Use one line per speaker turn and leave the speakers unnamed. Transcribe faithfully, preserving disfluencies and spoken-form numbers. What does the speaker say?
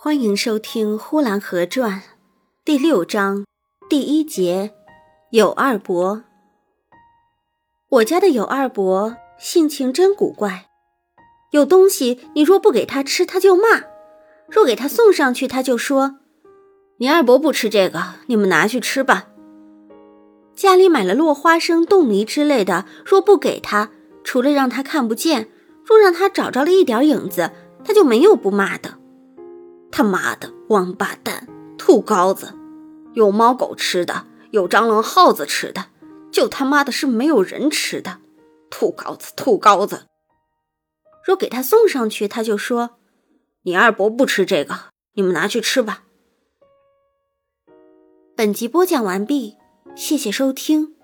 欢迎收听《呼兰河传》第六章第一节有二伯。我家的有二伯性情真古怪，有东西你若不给他吃他就骂，若给他送上去他就说，你二伯不吃这个，你们拿去吃吧。家里买了落花生、冻梨之类的，若不给他，除了让他看不见，若让他找着了一点影子，他就没有不骂的。他妈的王八蛋，兔羔子，有猫狗吃的，有蟑螂耗子吃的，就他妈的是没有人吃的，兔羔子兔羔子。若给他送上去，他就说，你二伯不吃这个，你们拿去吃吧。本集播讲完毕，谢谢收听。